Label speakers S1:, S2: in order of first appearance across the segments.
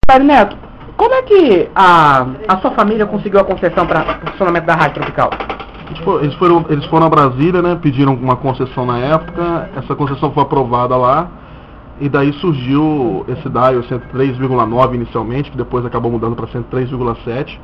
S1: Padre Neto, como é que a sua família conseguiu a concessão para o funcionamento da Rádio Tropical?
S2: Eles foram a Brasília, né? Pediram uma concessão na época, essa concessão foi aprovada lá, e daí surgiu esse dial 103,9 inicialmente, que depois acabou mudando para 103,7,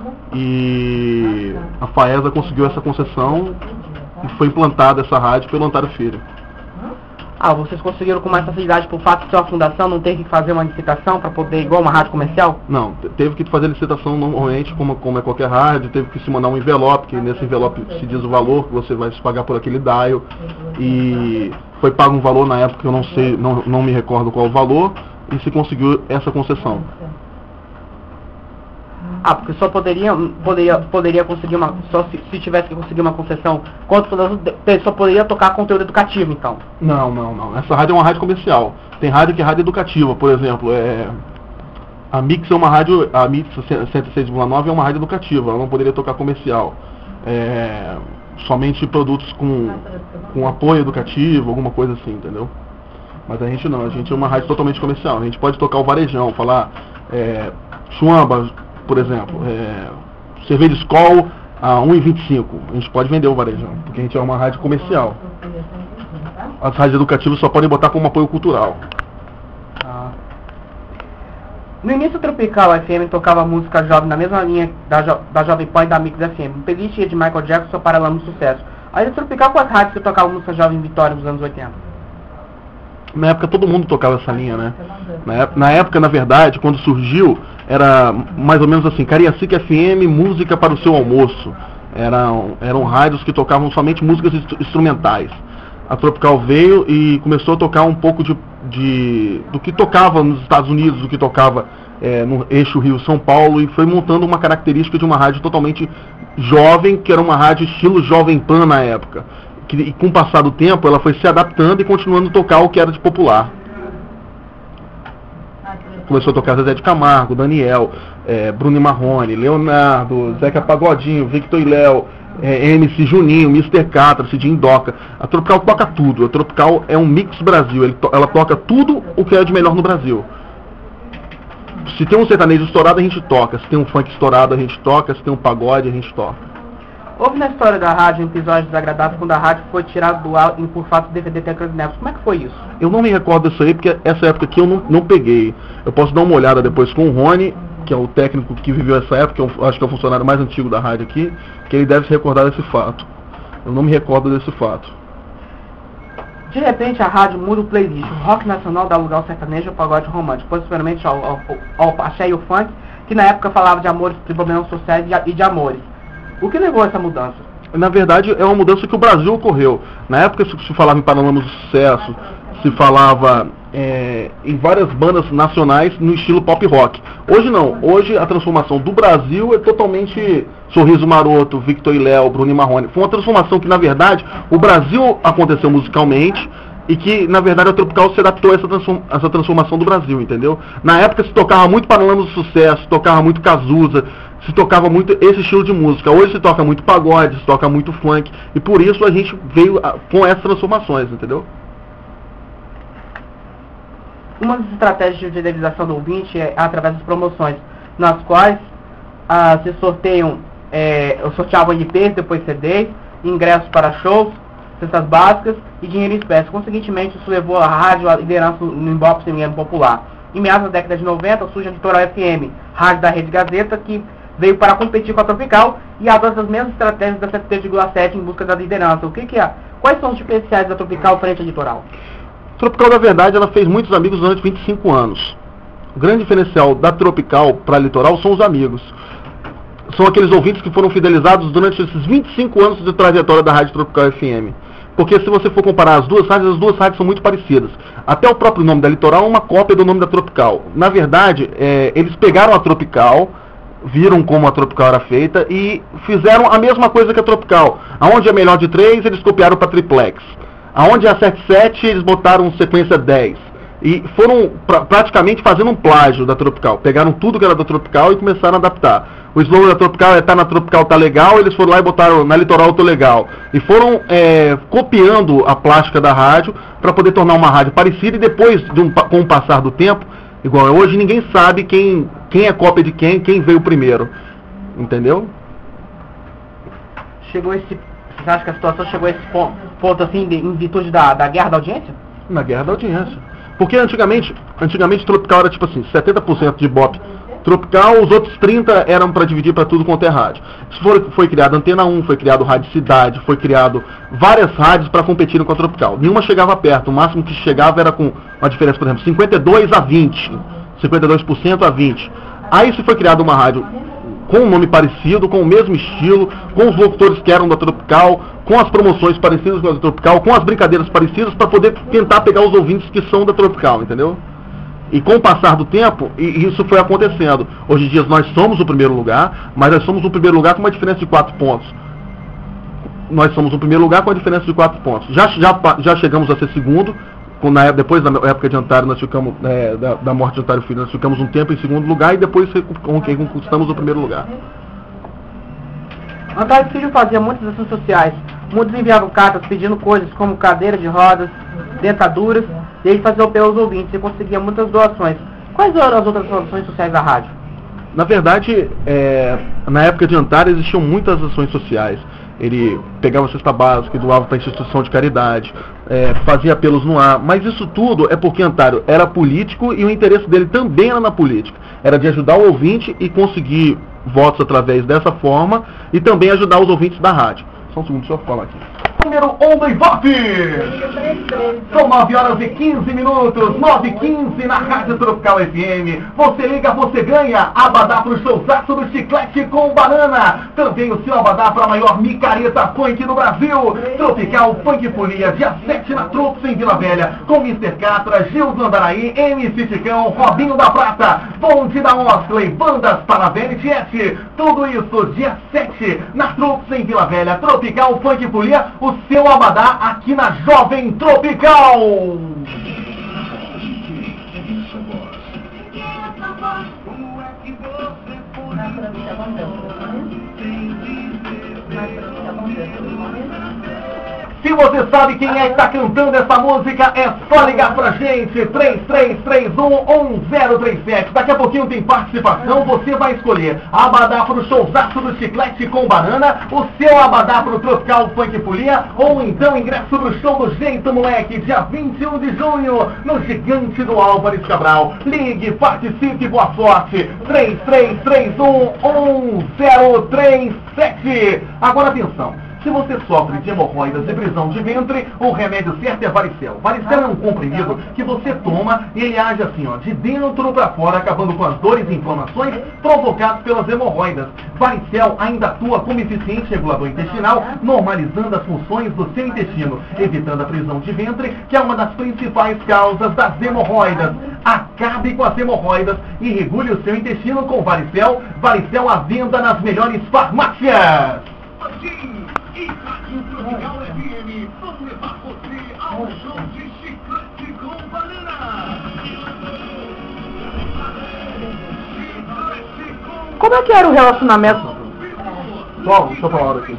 S2: e a FAESA conseguiu essa concessão e foi implantada essa rádio pelo Antário Filho.
S1: Vocês conseguiram com mais facilidade por fato de ser uma fundação, não ter que fazer uma licitação para poder, igual uma rádio comercial?
S2: Não, teve que fazer licitação normalmente, como é qualquer rádio, teve que se mandar um envelope, que nesse envelope se diz o valor que você vai se pagar por aquele dial, e foi pago um valor na época que eu não sei, não me recordo qual o valor, e se conseguiu essa concessão.
S1: Porque só poderia conseguir só se tivesse que conseguir uma concessão, só poderia tocar conteúdo educativo, então?
S2: Não. Essa rádio é uma rádio comercial. Tem rádio que é rádio educativa, por exemplo. A Mix é uma rádio, a Mix 106,9 é uma rádio educativa, ela não poderia tocar comercial. Somente produtos com apoio educativo, alguma coisa assim, entendeu? Mas a gente não, a gente é uma rádio totalmente comercial. A gente pode tocar o varejão, falar chuamba, por exemplo, cerveja Skol a 1,25. A gente pode vender o varejão, porque a gente é uma rádio comercial. As rádios educativas só podem botar como apoio cultural.
S1: No início, o Tropical FM tocava música jovem na mesma linha da Jovem Pan e da Mix FM. O playlist ia de Michael Jackson só paralelo no sucesso. Aí o Tropical, com as rádios que tocavam música jovem em Vitória nos anos 80?
S2: Na época todo mundo tocava essa linha, né? Na época, na verdade, quando surgiu, era mais ou menos assim, Cariacica FM, música para o seu almoço. Eram rádios que tocavam somente músicas instrumentais. A Tropical veio e começou a tocar um pouco do que tocava nos Estados Unidos, do que tocava no eixo Rio-São Paulo, e foi montando uma característica de uma rádio totalmente jovem, que era uma rádio estilo Jovem Pan na época. E com o passar do tempo ela foi se adaptando e continuando a tocar o que era de popular. Começou a tocar Zezé de Camargo, Daniel, Bruno e Marrone, Leonardo, Zeca Pagodinho, Victor e Léo, MC Juninho, Mr. Catra, Cidinho Doca. A Tropical toca tudo. A Tropical é um mix Brasil. Ela toca tudo o que é de melhor no Brasil. Se tem um sertanejo estourado, a gente toca. Se tem um funk estourado, a gente toca. Se tem um pagode, a gente toca.
S1: Houve na história da rádio um episódio desagradável quando a rádio foi tirada do ar por fato de DVD Teclas Neves. Como é que foi isso?
S2: Eu não me recordo disso aí, porque essa época aqui eu não peguei. Eu posso dar uma olhada depois com o Rony, que é o técnico que viveu essa época, eu acho que é o funcionário mais antigo da rádio aqui, que ele deve se recordar desse fato. Eu não me recordo desse fato.
S1: De repente a rádio muda o playlist. O rock nacional dá lugar ao sertanejo e ao pagode romântico, possivelmente ao axé e o funk, que na época falava de amores, de problemas sociais e de amores. O que levou a essa mudança?
S2: Na verdade, é uma mudança que o Brasil ocorreu. Na época se falava em Paralamas do Sucesso, se falava em várias bandas nacionais no estilo pop rock. Hoje não. Hoje a transformação do Brasil é totalmente Sorriso Maroto, Victor e Léo, Bruno e Marrone. Foi uma transformação que, na verdade, o Brasil aconteceu musicalmente e que, na verdade, a Tropical se adaptou a essa transformação do Brasil, entendeu? Na época se tocava muito Paralamas do Sucesso, se tocava muito Cazuza, se tocava muito esse estilo de música. Hoje se toca muito pagode, se toca muito funk, e por isso a gente veio com essas transformações, entendeu?
S1: Uma das estratégias de fidelização do ouvinte é através das promoções, nas quais se sorteavam LPs, depois CDs, ingressos para shows, cestas básicas e dinheiro em espécie. Consequentemente, isso levou a rádio à liderança no Ibope semiano popular. Em meados da década de 90, surge a Litoral FM, rádio da Rede Gazeta, que veio para competir com a Tropical e adota as mesmas estratégias da 73,7 em busca da liderança. Quais são os diferenciais da Tropical frente à Litoral?
S2: A Tropical, na verdade, ela fez muitos amigos durante 25 anos. O grande diferencial da Tropical para a Litoral são os amigos. São aqueles ouvintes que foram fidelizados durante esses 25 anos de trajetória da Rádio Tropical FM. Porque se você for comparar as duas rádios são muito parecidas. Até o próprio nome da Litoral é uma cópia do nome da Tropical. Na verdade, eles pegaram a Tropical, viram como a Tropical era feita e fizeram a mesma coisa que a Tropical. Aonde é melhor de 3, eles copiaram para triplex. Aonde é a 77, eles botaram sequência 10. E foram praticamente fazendo um plágio da Tropical. Pegaram tudo que era da Tropical e começaram a adaptar. O slogan da Tropical é "tá na Tropical, tá legal", eles foram lá e botaram "na Litoral, tô legal". E foram copiando a plástica da rádio para poder tornar uma rádio parecida, e depois, com o passar do tempo, igual é hoje, ninguém sabe quem é cópia de quem veio primeiro. Entendeu?
S1: Você acha que a situação chegou a esse ponto assim, em virtude da guerra da audiência?
S2: Na guerra da audiência. Porque antigamente Tropical era tipo assim, 70% de Ibope Tropical, os outros 30% eram para dividir para tudo quanto é rádio. Isso foi criado Antena 1, foi criado Rádio Cidade, foi criado várias rádios para competirem com a Tropical. Nenhuma chegava perto, o máximo que chegava era com uma diferença, por exemplo, 52 a 20, 52% a 20. Aí se foi criada uma rádio com um nome parecido, com o mesmo estilo, com os locutores que eram da Tropical, com as promoções parecidas com a da Tropical, com as brincadeiras parecidas, para poder tentar pegar os ouvintes que são da Tropical, entendeu? E com o passar do tempo, isso foi acontecendo. Hoje em dia nós somos o primeiro lugar, mas nós somos o primeiro lugar com uma diferença de 4 pontos. Nós somos o primeiro lugar com a diferença de 4 pontos. Já chegamos a ser segundo. Depois da época de Antário, nós ficamos, da morte de Antário Filho, nós ficamos um tempo em segundo lugar e depois conquistamos o primeiro lugar.
S1: Antário Filho fazia muitas ações sociais. Muitos enviavam cartas pedindo coisas como cadeira de rodas, dentaduras, e ele fazia pelos ouvintes e conseguia muitas doações. Quais eram as outras ações sociais da rádio?
S2: Na verdade, na época de Antário existiam muitas ações sociais. Ele pegava cesta básica e doava para instituição de caridade, fazia apelos no ar, mas isso tudo é porque Antário era político e o interesse dele também era na política. Era de ajudar o ouvinte e conseguir votos através dessa forma e também ajudar os ouvintes da rádio. Só um segundo, deixa eu falar aqui. Número 1 do Ibope! São 9 horas e 15 minutos, 9h15 na Rádio Tropical FM. Você liga, você ganha. Abadá pro showzaço do Chiclete com Banana. Também o seu abadá para a maior micareta funk do Brasil. Tropical Funk Folia, dia 7 na Trops em Vila Velha. Com Mr. Catra, Gil do Andaraí, MC Chicão, Robinho da Prata, Bonde da Osley, Bandas Paravene S. Tudo isso dia 7 na Trops em Vila Velha. Tropical Funk Folia, o seu abadá aqui na Jovem Tropical. Se você sabe quem é que está cantando essa música, é só ligar pra gente, 3331-1037. Daqui a pouquinho tem participação, você vai escolher abadá pro showzaço do Chiclete com Banana, o seu abadá pro Tropical Funk Folia, ou então ingresso pro show do Jeito Moleque, dia 21 de junho, no Gigante do Álvares Cabral. Ligue, participe, boa sorte, 3331-1037. Agora atenção. Se você sofre de hemorroidas e prisão de ventre, o remédio certo é Varicel. Varicel é um comprimido que você toma e ele age assim, ó, de dentro para fora, acabando com as dores e inflamações provocadas pelas hemorroidas. Varicel ainda atua como eficiente regulador intestinal, normalizando as funções do seu intestino, evitando a prisão de ventre, que é uma das principais causas das hemorroidas. Acabe com as hemorroidas e regule o seu intestino com Varicel. Varicel à venda nas melhores farmácias. E Rádio Tropical FM, vamos levar você ao show de Chiclete com Banana.
S1: Como é que era o relacionamento?
S2: Bom, deixa eu falar aqui.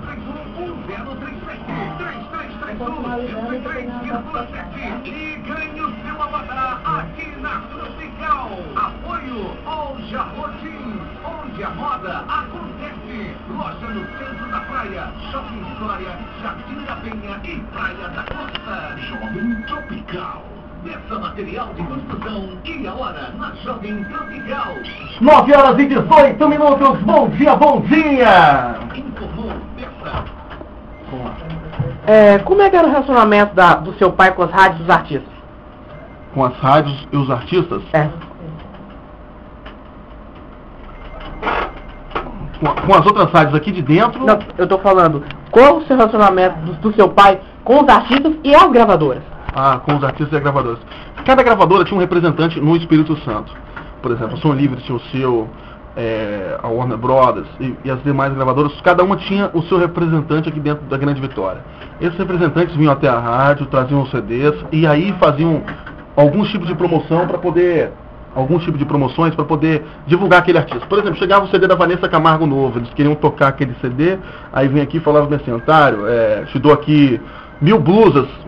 S3: E ganhe o seu abadá aqui na Tropical. Apoio ao Jardim, onde a moda acontece. Loja no centro da praia, Shopping História, Jardim da Penha e Praia da Costa. Jovem Tropical. Peça material de construção e a hora na Jovem Tropical.
S2: 9 horas e 18 minutos, bom dia, bom dia!
S3: Informou, peça.
S1: Como é que era o relacionamento do seu pai com as rádios dos artistas?
S2: Com as rádios e os artistas? Com as outras rádios aqui de dentro?
S1: Não, eu tô falando, qual o seu relacionamento do seu pai com os artistas e as gravadoras?
S2: Ah, com os artistas e as gravadoras. Cada gravadora tinha um representante no Espírito Santo. Por exemplo, a Som Livre tinha o seu, a Warner Brothers e as demais gravadoras, cada uma tinha o seu representante aqui dentro da Grande Vitória. Esses representantes vinham até a rádio, traziam os CDs e aí faziam alguns tipos de promoção para poder... alguns tipos de promoções para poder divulgar aquele artista. Por exemplo, chegava o CD da Vanessa Camargo novo, eles queriam tocar aquele CD, aí vinha aqui e falava assim, Antário, te dou aqui 1000 blusas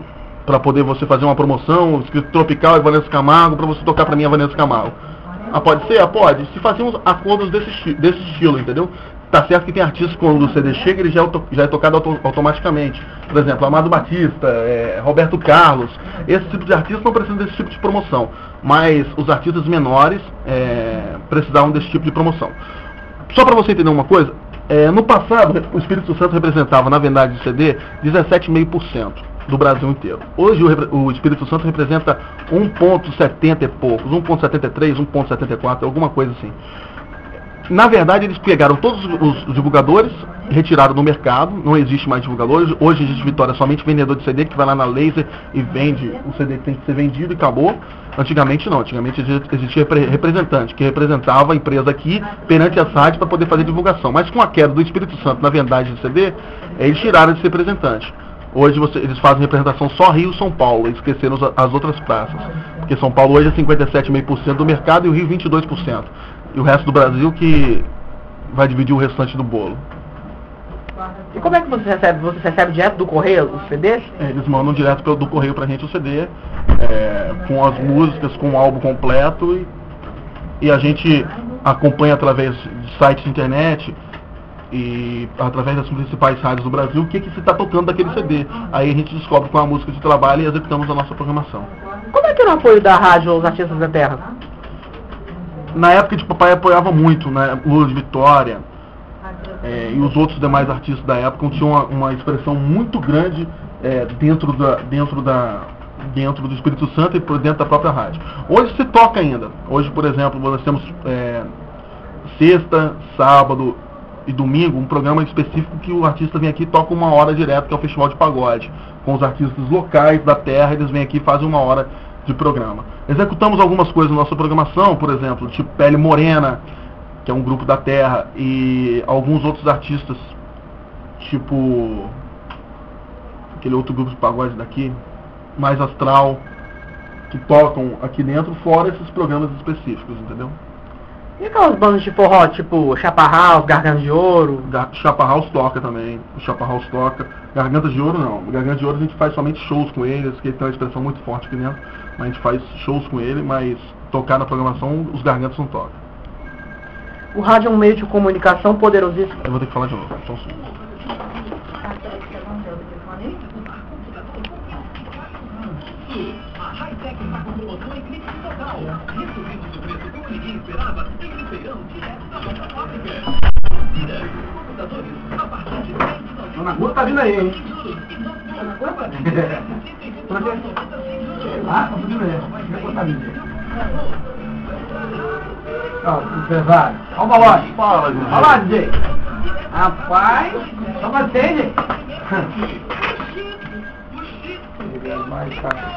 S2: para poder você fazer uma promoção, escrito Tropical e Vanessa Camargo, para você tocar para mim a Vanessa Camargo. Ah, pode ser? Ah, pode. Se fazemos acordos desse estilo, entendeu? Tá certo que tem artistas quando o CD chega, ele já é tocado automaticamente. Por exemplo, Amado Batista, Roberto Carlos. Esse tipo de artistas não precisam desse tipo de promoção. Mas os artistas menores precisavam desse tipo de promoção. Só para você entender uma coisa, no passado o Espírito Santo representava, na vendagem de CD, 17,5% do Brasil inteiro. Hoje o Espírito Santo representa 1,70 e poucos, 1,73, 1,74, alguma coisa assim. Na verdade, eles pegaram todos os divulgadores, retiraram do mercado, não existe mais divulgadores. Hoje existe Vitória somente vendedor de CD, que vai lá na Laser e vende o CD que tem que ser vendido e acabou. Antigamente não, antigamente existia representante, que representava a empresa aqui perante as rádios para poder fazer divulgação. Mas com a queda do Espírito Santo na vendagem de CD, eles tiraram esse representante. Hoje eles fazem representação só Rio e São Paulo, eles esqueceram as outras praças. Porque São Paulo hoje é 57,5% do mercado e o Rio 22%. E o resto do Brasil que vai dividir o restante do bolo.
S1: E como é que você recebe? Você recebe direto do correio os CDs?
S2: Eles mandam direto do correio pra gente o CD, com as músicas, com o álbum completo, e a gente acompanha através de sites de internet e através das principais rádios do Brasil o que se está tocando daquele CD. Aí a gente descobre qual é a música de trabalho e executamos a nossa programação.
S1: Como é que era o apoio da rádio aos artistas da terra?
S2: Na época de papai apoiava muito, né? Lula de Vitória e os outros demais artistas da época tinham uma expressão muito grande dentro do Espírito Santo e por dentro da própria rádio. Hoje se toca ainda. Hoje, por exemplo, nós temos sexta, sábado e domingo um programa específico que o artista vem aqui e toca 1 hora direto, que é o Festival de Pagode. Com os artistas locais da terra, eles vêm aqui e fazem 1 hora de programa. Executamos algumas coisas na nossa programação, por exemplo, tipo Pele Morena, que é um grupo da terra, e alguns outros artistas, tipo aquele outro grupo de pagode daqui, Mais Astral, que tocam aqui dentro, fora esses programas específicos, entendeu?
S1: E aquelas bandas de forró, tipo Chaparral, Garganta de Ouro?
S2: Chaparral toca também, o Chaparral toca. Garganta de Ouro não, Garganta de Ouro a gente faz somente shows com eles, que tem uma expressão muito forte aqui dentro, mas a gente faz shows com ele, mas tocar na programação os Gargantas não tocam.
S1: O rádio é um meio de comunicação poderosíssimo.
S2: Eu vou ter que falar de novo, só um segundo.
S3: A Hightech está com promoção em clique total. Resumindo do preço como ninguém esperava, tem feirão direto da nossa fábrica. Computadores a partir de 10,90.
S1: Dona Rua tá vindo aí, hein? Ah, tá vindo aí. Deixa eu botar ali. Ó, empresário. Ó o balões.
S2: Fala, gente.
S1: Olha lá, DJ. Rapaz, só você, gente. Mais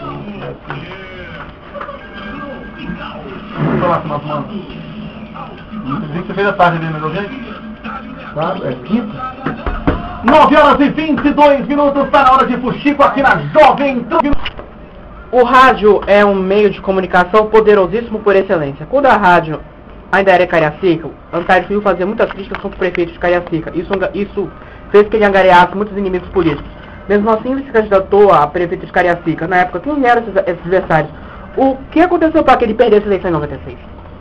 S2: Vamos falar com o nosso mano. Você fez a tarde dele, mas alguém?
S1: Claro, é quinta.
S2: 9 horas e 22 minutos, está na hora de Fuxico aqui na Jovem Tro.
S1: O rádio é um meio de comunicação poderosíssimo por excelência. Quando a rádio ainda era em Cariacica, Antárcio Filho fazia muitas críticas contra o prefeito de Cariacica. Isso fez que ele angariasse muitos inimigos políticos. Mesmo assim, ele se candidatou a prefeito de Cariacica. Na época, quem eram esses adversários? O que aconteceu para que ele perdesse a eleição em 96?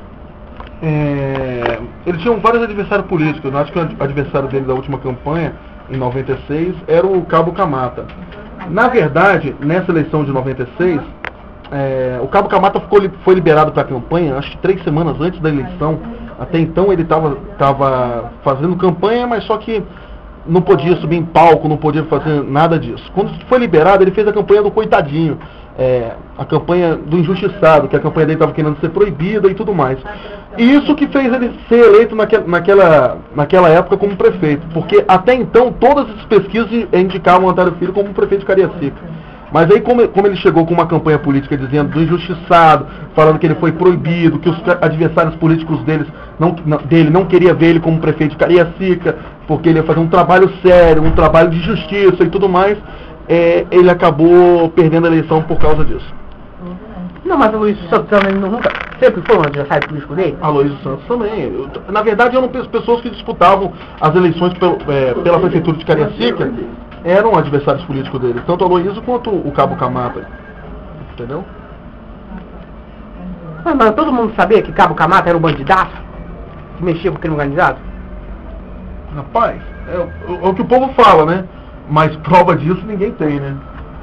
S2: Ele tinha vários adversários políticos. Eu acho que o adversário dele da última campanha, em 96, era o Cabo Camata. Na verdade, nessa eleição de 96, o Cabo Camata foi liberado para a campanha, acho que 3 semanas antes da eleição. Até então ele estava fazendo campanha, mas só que não podia subir em palco, não podia fazer nada disso. Quando foi liberado, ele fez a campanha do coitadinho, a campanha do injustiçado, que a campanha dele estava querendo ser proibida e tudo mais. E isso que fez ele ser eleito naquela época como prefeito, porque até então todas as pesquisas indicavam o Antárcio Filho como prefeito de Cariacica. Mas aí como ele chegou com uma campanha política dizendo do injustiçado, falando que ele foi proibido, que os adversários políticos dele não queriam ver ele como prefeito de Cariacica, porque ele ia fazer um trabalho sério, um trabalho de justiça e tudo mais, ele acabou perdendo a eleição por causa disso.
S1: Não, mas o Luiz Santos também nunca sempre foi um adversário político dele?
S2: A Luiz Santos também. Na verdade, eram pessoas que disputavam as eleições pela prefeitura de Cariacica, eram adversários políticos dele, tanto o Aloysio quanto o Cabo Camata. Entendeu?
S1: Mas todo mundo sabia que Cabo Camata era um bandidaço? Que mexia com o crime organizado?
S2: Rapaz, é o que o povo fala, né? Mas prova disso ninguém tem, né?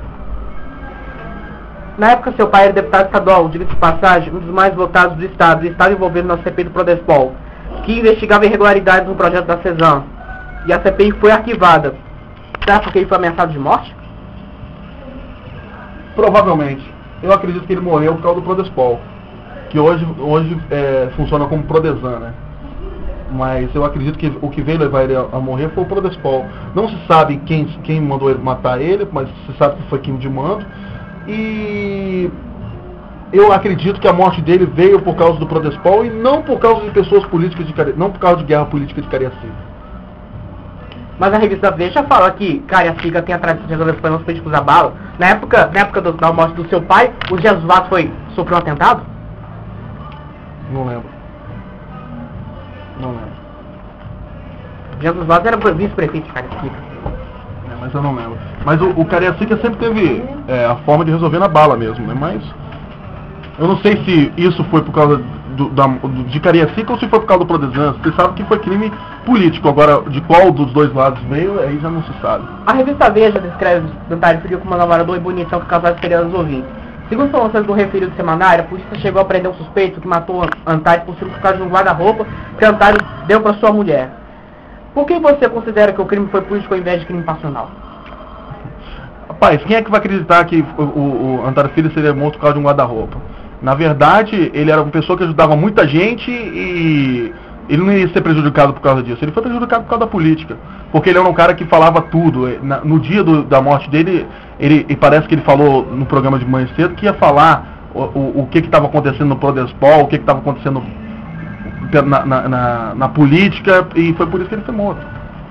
S1: Na época, seu pai era deputado estadual, diga-se de passagem, um dos mais votados do Estado, e estava envolvido na CPI do Prodespol, que investigava irregularidades no projeto da CESAM. E a CPI foi arquivada. Será porque ele foi ameaçado de morte?
S2: Provavelmente. Eu acredito que ele morreu por causa do Prodespol, que hoje funciona como Prodesan, né? Mas eu acredito que o que veio levar ele a morrer foi o Prodespol. Não se sabe quem mandou ele matar ele, mas se sabe que foi quem de mando. E eu acredito que a morte dele veio por causa do Prodespol e não por causa de pessoas políticas não por causa de guerra política de Cariacica.
S1: Mas a revista Veja fala que Cariacica tem a tradição de resolver problemas políticos a bala. Na época da morte do seu pai, o Jesus Vaz sofreu um atentado?
S2: Não lembro. Não lembro.
S1: Jesus Vaz era vice-prefeito de Cariacica.
S2: Mas eu não lembro. Mas o Cariacica sempre teve a forma de resolver na bala mesmo, né? Mas eu não sei se isso foi por causa de Cariacica ou se foi por causa do Prodesan. Você sabe que foi crime político. Agora, de qual dos dois lados veio, aí já não se sabe.
S1: A revista Veja descreve Antares Filho como uma namorador e bonitão que casais queriam os ouvintes. Segundo informações do referido semanário, a polícia chegou a prender um suspeito que matou Antares por causa de um guarda-roupa que Antares deu para sua mulher. Por que você considera que o crime foi político ao invés de crime passional?
S2: Rapaz, quem é que vai acreditar que o Antares Filho seria morto por causa de um guarda-roupa? Na verdade, ele era uma pessoa que ajudava muita gente e ele não ia ser prejudicado por causa disso. Ele foi prejudicado por causa da política. Porque ele era um cara que falava tudo. No dia da morte dele, e parece que ele falou no programa de manhã cedo que ia falar o que estava acontecendo no Prodespol, o que estava acontecendo na política, e foi por isso que ele foi morto.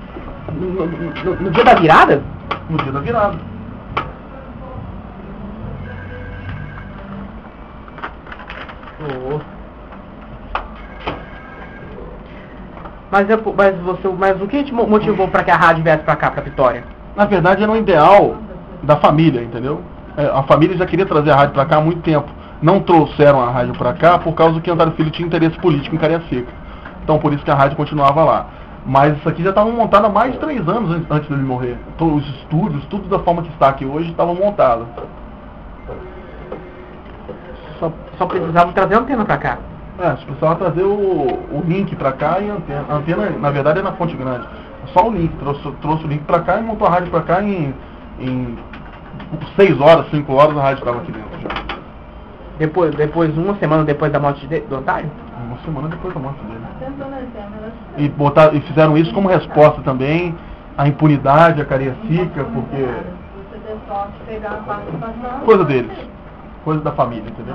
S1: No dia da virada?
S2: No dia da virada.
S1: Mas o que te motivou para que a rádio viesse para cá, para Vitória?
S2: Na verdade era um ideal da família, entendeu? A família já queria trazer a rádio para cá há muito tempo. Não trouxeram a rádio para cá por causa que Antares Filho tinha interesse político em Cariacica. Então por isso que a rádio continuava lá. Mas isso aqui já estava montado há mais de 3 anos antes dele morrer. Então, os estúdios, tudo da forma que está aqui hoje, estavam montados.
S1: Só precisavam trazer a antena para cá.
S2: Você precisava trazer o link para cá e a antena. A antena, na verdade, é na Fonte Grande. Só o link. Trouxe o link para cá e montou a rádio para cá em 6 horas, 5 horas a rádio estava aqui dentro já.
S1: Depois, uma semana depois da morte do Antário?
S2: Uma semana depois da morte dele. E fizeram isso como resposta também à impunidade, à Cariacica, porque... Coisa deles. Coisa da família, entendeu?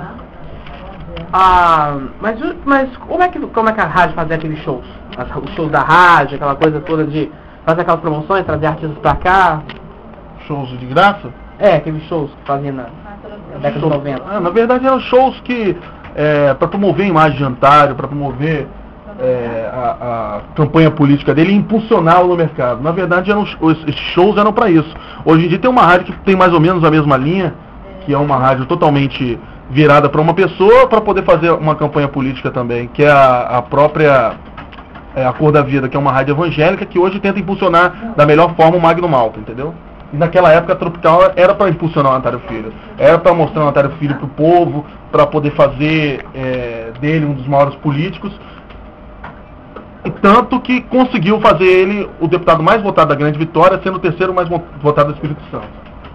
S1: Mas como é que a rádio fazia aqueles shows? Os shows da rádio, aquela coisa toda de fazer aquelas promoções, trazer artistas pra cá?
S2: Shows de graça?
S1: Aqueles shows que fazia na década de 90.
S2: Na verdade eram shows que, para promover a imagem de Antário, para promover a campanha política dele e impulsioná-lo no mercado. Na verdade, esses shows eram para isso. Hoje em dia tem uma rádio que tem mais ou menos a mesma linha, que é uma rádio totalmente virada para uma pessoa para poder fazer uma campanha política também, que é a própria A Cor da Vida, que é uma rádio evangélica que hoje tenta impulsionar da melhor forma o Magno Malta, entendeu? E naquela época a Tropical era para impulsionar o Antário Filho, era para mostrar o Antário Filho para o povo, para poder fazer dele um dos maiores políticos, e tanto que conseguiu fazer ele o deputado mais votado da Grande Vitória, sendo o terceiro mais votado do Espírito Santo.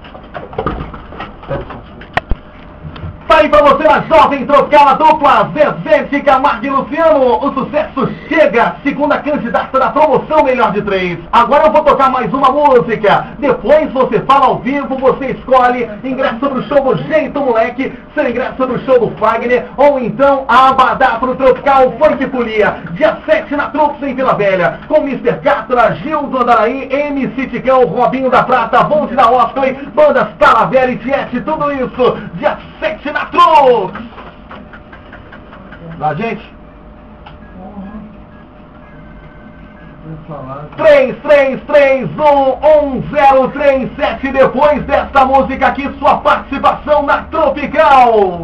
S2: Tá aí pra você a Jovem Tropical, a dupla Zezé de Camargo e Luciano. O sucesso chega, segunda candidata da promoção Melhor de 3. Agora eu vou tocar mais uma música. Depois você fala ao vivo, você escolhe ingresso pro show do Jeito Moleque, seu ingresso pro show do Fagner, ou então Abadá pro Tropical Funk Folia. Dia 7 na Trops em Vila Velha, com Mr. Catra, Gil do Andaraí, MC Ticão, Robinho da Prata, Bonde da Oscar, bandas Calavera e Tiete, tudo isso. Dia 7 na Trox! Lá, gente! 33311037. Depois desta música aqui, sua participação na Tropical.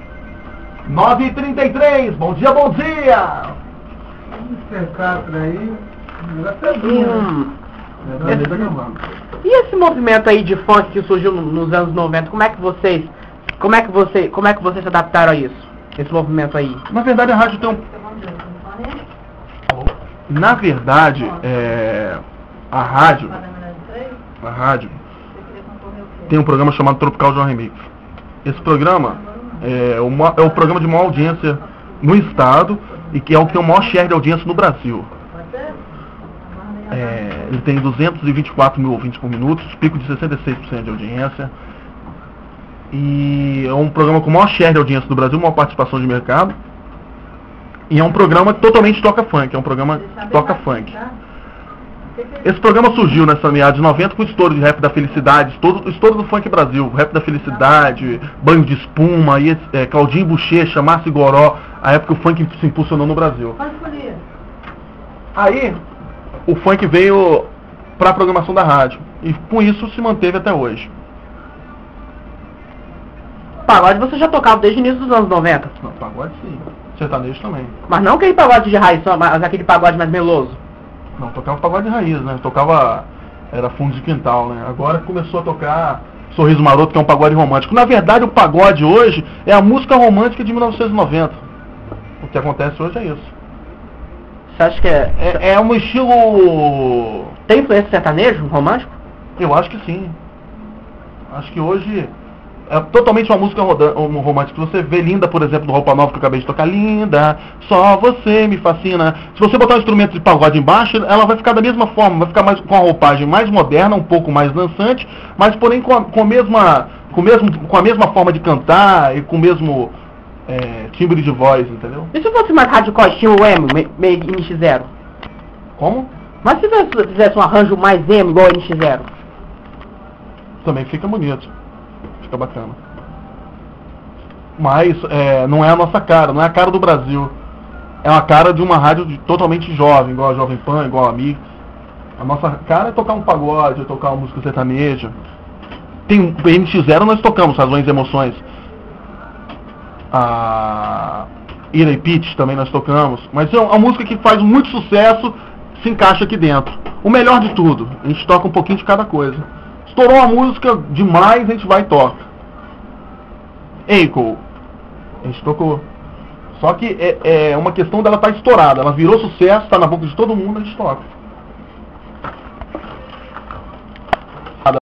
S2: 9h33, bom dia, bom dia.
S1: E esse movimento aí de funk que surgiu nos anos 90, como é que vocês se adaptaram a isso? Esse movimento aí?
S2: Na verdade, a rádio tem um... Na verdade, a rádio tem um programa chamado Tropical João Remix. Esse programa é o programa de maior audiência no estado e que é o que tem o maior share de audiência no Brasil. Ele tem 224 mil ouvintes por minuto, pico de 66% de audiência. E é um programa com o maior share de audiência do Brasil, maior participação de mercado. E é um programa que totalmente toca funk, é um programa que toca funk. Esse programa surgiu nessa meada de 90 com o estouro de Rap da Felicidade, o estouro do Funk Brasil, Rap da Felicidade, Banho de Espuma, Claudinho Bochecha, Márcio Goró, a época que o funk se impulsionou no Brasil. Aí, o funk veio para a programação da rádio, e com isso se manteve até hoje.
S1: Pagode você já tocava desde o início dos anos 90?
S2: Não, pagode sim. Sertanejo também.
S1: Mas não aquele pagode de raiz, mas aquele pagode mais meloso.
S2: Não, tocava pagode de raiz, né? Tocava... Era fundo de quintal, né? Agora começou a tocar Sorriso Maroto, que é um pagode romântico. Na verdade, o pagode hoje é a música romântica de 1990. O que acontece hoje é isso.
S1: Você acha que
S2: é um estilo...
S1: Tem influência sertanejo, romântico?
S2: Eu acho que sim. Acho que hoje... É totalmente uma música romântica. Você vê Linda, por exemplo, do Roupa Nova, que eu acabei de tocar. Linda, só você me fascina. Se você botar um instrumento de pagode embaixo, ela vai ficar da mesma forma. Vai ficar mais, com a roupagem mais moderna, um pouco mais dançante, mas porém com a mesma forma de cantar e com o mesmo timbre de voz, entendeu?
S1: E se fosse mais hardcore, estilo emo, meio NX0?
S2: Como?
S1: Mas se você fizesse um arranjo mais emo, igual NX0?
S2: Também fica bonito. Fica bacana. Mas não é a nossa cara, não é a cara do Brasil. É uma cara de uma rádio totalmente jovem, igual a Jovem Pan, igual a Mix. A nossa cara é tocar um pagode, é tocar uma música sertaneja. Tem NX0, nós tocamos Razões e Emoções. A Ira e Pitch também nós tocamos. Mas é uma música que faz muito sucesso, se encaixa aqui dentro. O melhor de tudo, a gente toca um pouquinho de cada coisa. Estourou a música demais, a gente vai e toca. Eiko, a gente tocou. Só que é uma questão dela estar estourada. Ela virou sucesso, está na boca de todo mundo, a gente toca.